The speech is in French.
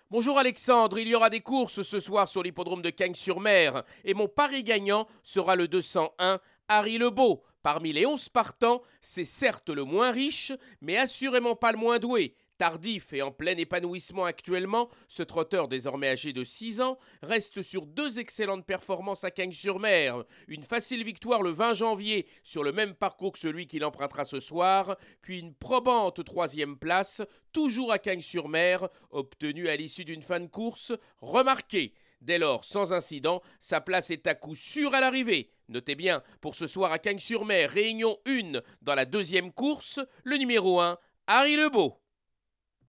Bonjour Alexandre, il y aura des courses ce soir sur l'hippodrome de Cagnes-sur-Mer et mon pari gagnant sera le 201 Harry Lebeau. Parmi les 11 partants, c'est certes le moins riche, mais assurément pas le moins doué. Tardif et en plein épanouissement actuellement, ce trotteur désormais âgé de 6 ans reste sur deux excellentes performances à Cagnes-sur-Mer. Une facile victoire le 20 janvier sur le même parcours que celui qu'il empruntera ce soir, puis une probante troisième place, toujours à Cagnes-sur-Mer, obtenue à l'issue d'une fin de course remarquée. Dès lors, sans incident, sa place est à coup sûr à l'arrivée. Notez bien, pour ce soir à Cagnes-sur-Mer, réunion 1 dans la deuxième course, le numéro 1, Harry Lebeau.